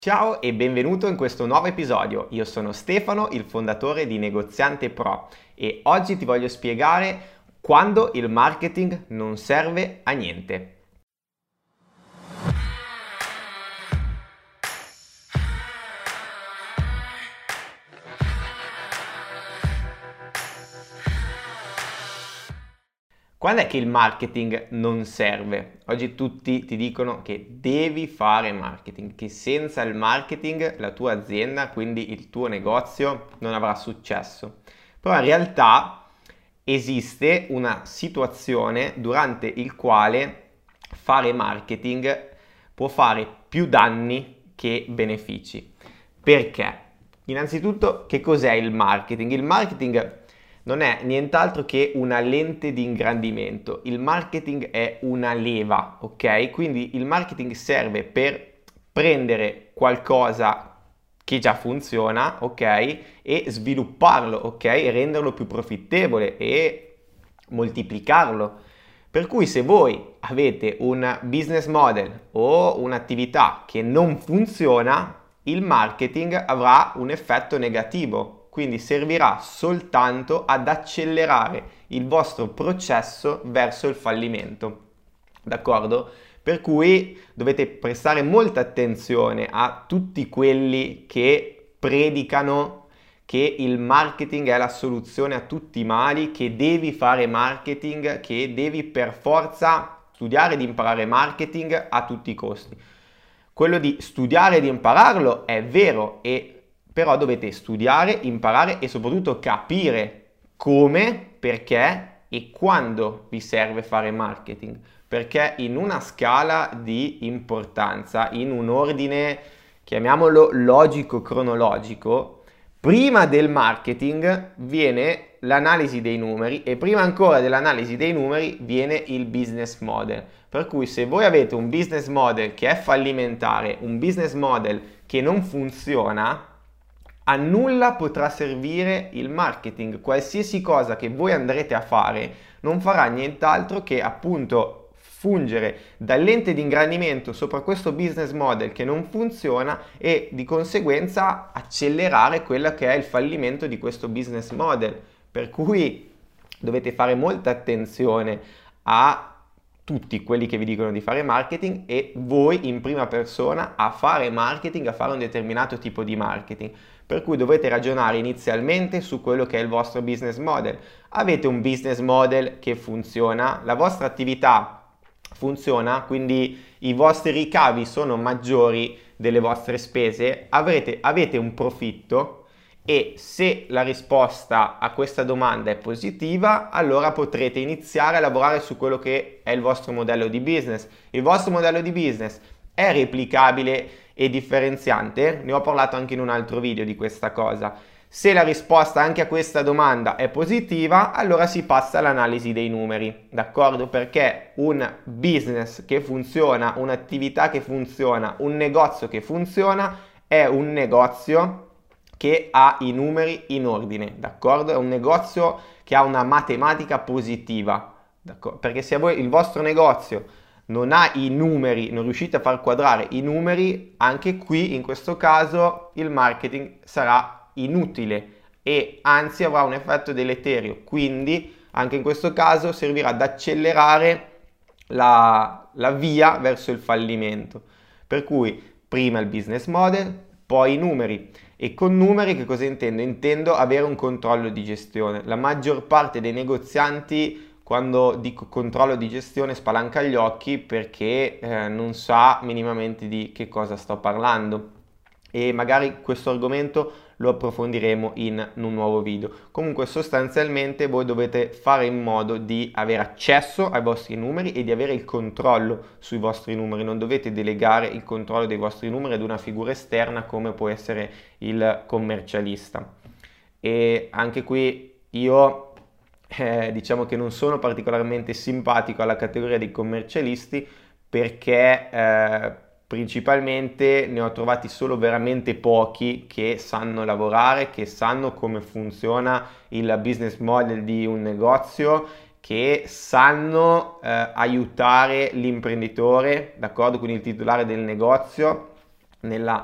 Ciao e benvenuto in questo nuovo episodio. Io sono Stefano, il fondatore di Negoziante Pro e oggi ti voglio spiegare quando il marketing non serve a niente. Quando è che il marketing non serve? Oggi tutti ti dicono che devi fare marketing, che senza il marketing la tua azienda, quindi il tuo negozio, non avrà successo. Però in realtà esiste una situazione durante il quale fare marketing può fare più danni che benefici. Perché? Innanzitutto, che cos'è il marketing? Il marketing non è nient'altro che una lente di ingrandimento. Il marketing è una leva, ok? Quindi il marketing serve per prendere qualcosa che già funziona, ok? E svilupparlo, ok? E renderlo più profittevole e moltiplicarlo. Per cui se voi avete un business model o un'attività che non funziona, il marketing avrà un effetto negativo, quindi servirà soltanto ad accelerare il vostro processo verso il fallimento. D'accordo? Per cui dovete prestare molta attenzione a tutti quelli che predicano che il marketing è la soluzione a tutti i mali, che devi fare marketing, che devi per forza studiare ed imparare marketing a tutti i costi. Quello di studiare ed impararlo è vero, però dovete studiare, imparare e soprattutto capire come, perché e quando vi serve fare marketing. Perché in una scala di importanza, in un ordine, chiamiamolo logico-cronologico, prima del marketing viene l'analisi dei numeri e prima ancora dell'analisi dei numeri viene il business model. Per cui se voi avete un business model che è fallimentare, un business model che non funziona, a nulla potrà servire il marketing. Qualsiasi cosa che voi andrete a fare non farà nient'altro che appunto fungere da lente di ingrandimento sopra questo business model che non funziona e di conseguenza accelerare quello che è il fallimento di questo business model. Per cui dovete fare molta attenzione a tutti quelli che vi dicono di fare marketing e voi in prima persona a fare marketing, a fare un determinato tipo di marketing. Per cui dovete ragionare inizialmente su quello che è il vostro business model. Avete un business model che funziona, la vostra attività funziona, quindi i vostri ricavi sono maggiori delle vostre spese, avete un profitto e se la risposta a questa domanda è positiva, allora potrete iniziare a lavorare su quello che è il vostro modello di business. Il vostro modello di business è replicabile e differenziante? Ne ho parlato anche in un altro video di questa cosa. Se la risposta anche a questa domanda è positiva, allora si passa all'analisi dei numeri, d'accordo? Perché un business che funziona, un'attività che funziona, un negozio che funziona è un negozio che ha i numeri in ordine, d'accordo? È un negozio che ha una matematica positiva, d'accordo? Perché se voi il vostro negozio non ha i numeri, non riuscite a far quadrare i numeri, anche qui in questo caso il marketing sarà inutile e anzi avrà un effetto deleterio, quindi anche in questo caso servirà ad accelerare la via verso il fallimento. Per cui prima il business model, poi i numeri. E con numeri che cosa intendo? Intendo avere un controllo di gestione. La maggior parte dei negozianti quando dico controllo di gestione spalanca gli occhi perché non sa minimamente di che cosa sto parlando e magari questo argomento lo approfondiremo in un nuovo video. Comunque sostanzialmente voi dovete fare in modo di avere accesso ai vostri numeri e di avere il controllo sui vostri numeri, non dovete delegare il controllo dei vostri numeri ad una figura esterna come può essere il commercialista. E anche qui io diciamo che non sono particolarmente simpatico alla categoria dei commercialisti perché principalmente ne ho trovati solo veramente pochi che sanno lavorare, che sanno come funziona il business model di un negozio, che sanno aiutare l'imprenditore, d'accordo? Quindi il titolare del negozio nella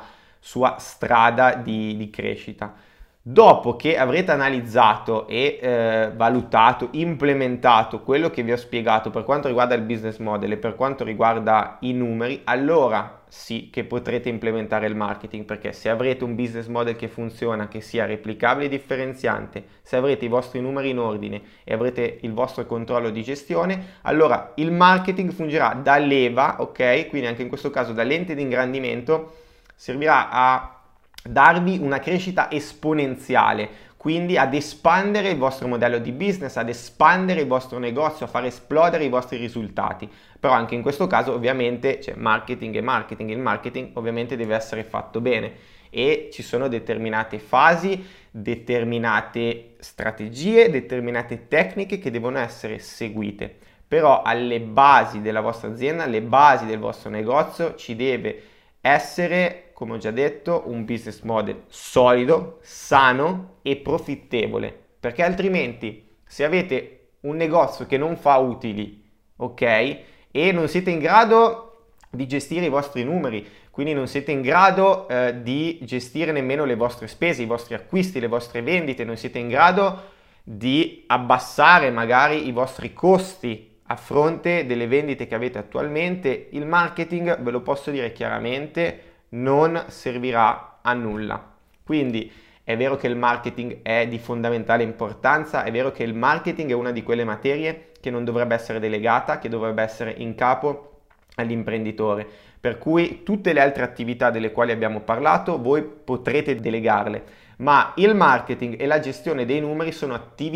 sua strada di crescita. Dopo che avrete analizzato e valutato, implementato quello che vi ho spiegato per quanto riguarda il business model e per quanto riguarda i numeri, allora sì che potrete implementare il marketing, perché se avrete un business model che funziona, che sia replicabile e differenziante, se avrete i vostri numeri in ordine e avrete il vostro controllo di gestione, allora il marketing fungerà da leva, ok? Quindi anche in questo caso da lente di ingrandimento, servirà a darvi una crescita esponenziale, quindi ad espandere il vostro modello di business, ad espandere il vostro negozio, a far esplodere i vostri risultati. Però anche in questo caso ovviamente c'è marketing e marketing, il marketing ovviamente deve essere fatto bene e ci sono determinate fasi, determinate strategie, determinate tecniche che devono essere seguite. Però alle basi della vostra azienda, alle basi del vostro negozio ci deve essere, come ho già detto, un business model solido, sano e profittevole, perché altrimenti se avete un negozio che non fa utili, ok, e non siete in grado di gestire i vostri numeri, quindi non siete in grado di gestire nemmeno le vostre spese, i vostri acquisti, le vostre vendite, non siete in grado di abbassare magari i vostri costi a fronte delle vendite che avete attualmente, il marketing, ve lo posso dire chiaramente, non servirà a nulla. Quindi è vero che il marketing è di fondamentale importanza, è vero che il marketing è una di quelle materie che non dovrebbe essere delegata, che dovrebbe essere in capo all'imprenditore, per cui tutte le altre attività delle quali abbiamo parlato voi potrete delegarle, ma il marketing e la gestione dei numeri sono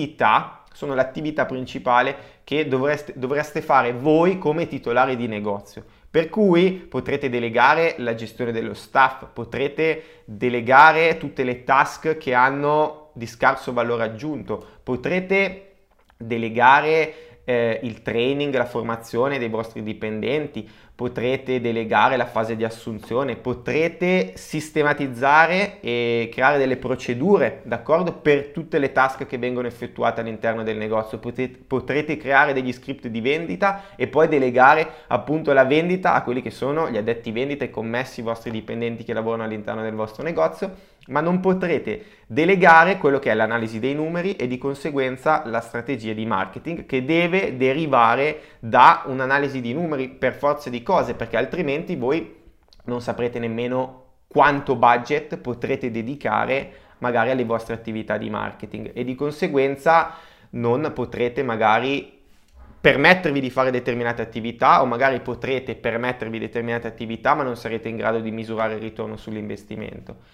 l'attività principale che dovreste fare voi come titolari di negozio. Per cui potrete delegare la gestione dello staff, potrete delegare tutte le task che hanno di scarso valore aggiunto, potrete delegare il training, la formazione dei vostri dipendenti, potrete delegare la fase di assunzione, potrete sistematizzare e creare delle procedure, d'accordo, per tutte le task che vengono effettuate all'interno del negozio, potrete creare degli script di vendita e poi delegare appunto la vendita a quelli che sono gli addetti vendita e commessi, i vostri dipendenti che lavorano all'interno del vostro negozio, ma non potrete delegare quello che è l'analisi dei numeri e di conseguenza la strategia di marketing che deve derivare da un'analisi di numeri per forza di cose, perché altrimenti voi non saprete nemmeno quanto budget potrete dedicare magari alle vostre attività di marketing e di conseguenza non potrete magari permettervi di fare determinate attività o magari potrete permettervi determinate attività ma non sarete in grado di misurare il ritorno sull'investimento.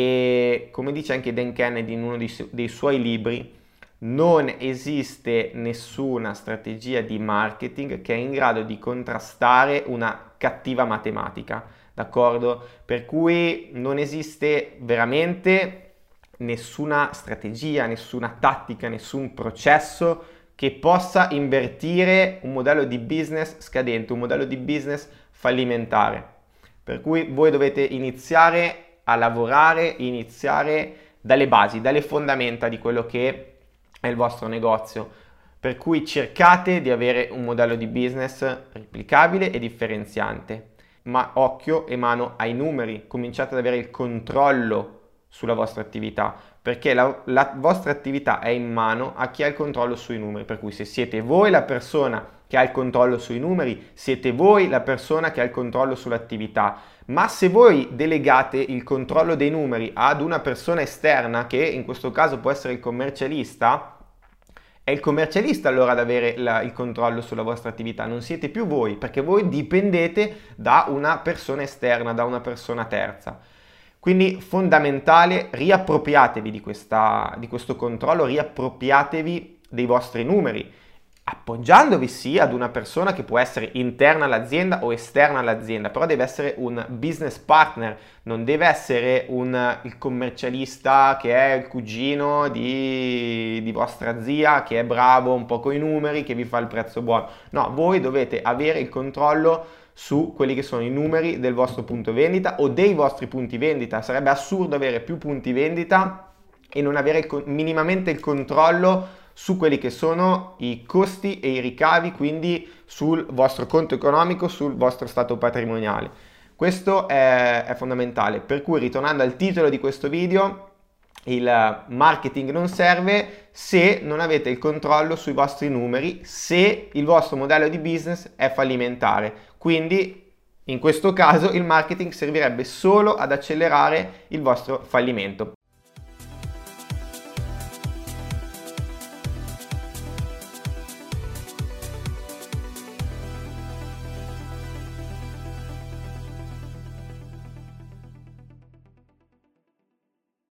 E come dice anche Dan Kennedy in uno dei suoi libri, non esiste nessuna strategia di marketing che è in grado di contrastare una cattiva matematica, d'accordo? Per cui non esiste veramente nessuna strategia, nessuna tattica, nessun processo che possa invertire un modello di business scadente, un modello di business fallimentare. Per cui voi dovete iniziare a lavorare, iniziare dalle basi, dalle fondamenta di quello che è il vostro negozio, per cui cercate di avere un modello di business replicabile e differenziante, ma occhio e mano ai numeri, cominciate ad avere il controllo sulla vostra attività, perché la vostra attività è in mano a chi ha il controllo sui numeri, per cui se siete voi la persona che ha il controllo sui numeri, siete voi la persona che ha il controllo sull'attività. Ma se voi delegate il controllo dei numeri ad una persona esterna, che in questo caso può essere il commercialista, è il commercialista allora ad avere il controllo sulla vostra attività, non siete più voi, perché voi dipendete da una persona esterna, da una persona terza. Quindi fondamentale, riappropriatevi di questo controllo, riappropriatevi dei vostri numeri, appoggiandovi sì ad una persona che può essere interna all'azienda o esterna all'azienda, però deve essere un business partner, non deve essere il commercialista che è il cugino di vostra zia, che è bravo un po' con i numeri, che vi fa il prezzo buono. No, voi dovete avere il controllo su quelli che sono i numeri del vostro punto vendita o dei vostri punti vendita. Sarebbe assurdo avere più punti vendita e non avere minimamente il controllo su quelli che sono i costi e i ricavi, quindi sul vostro conto economico, sul vostro stato patrimoniale. Questo è fondamentale, per cui ritornando al titolo di questo video, il marketing non serve se non avete il controllo sui vostri numeri, se il vostro modello di business è fallimentare. Quindi in questo caso il marketing servirebbe solo ad accelerare il vostro fallimento.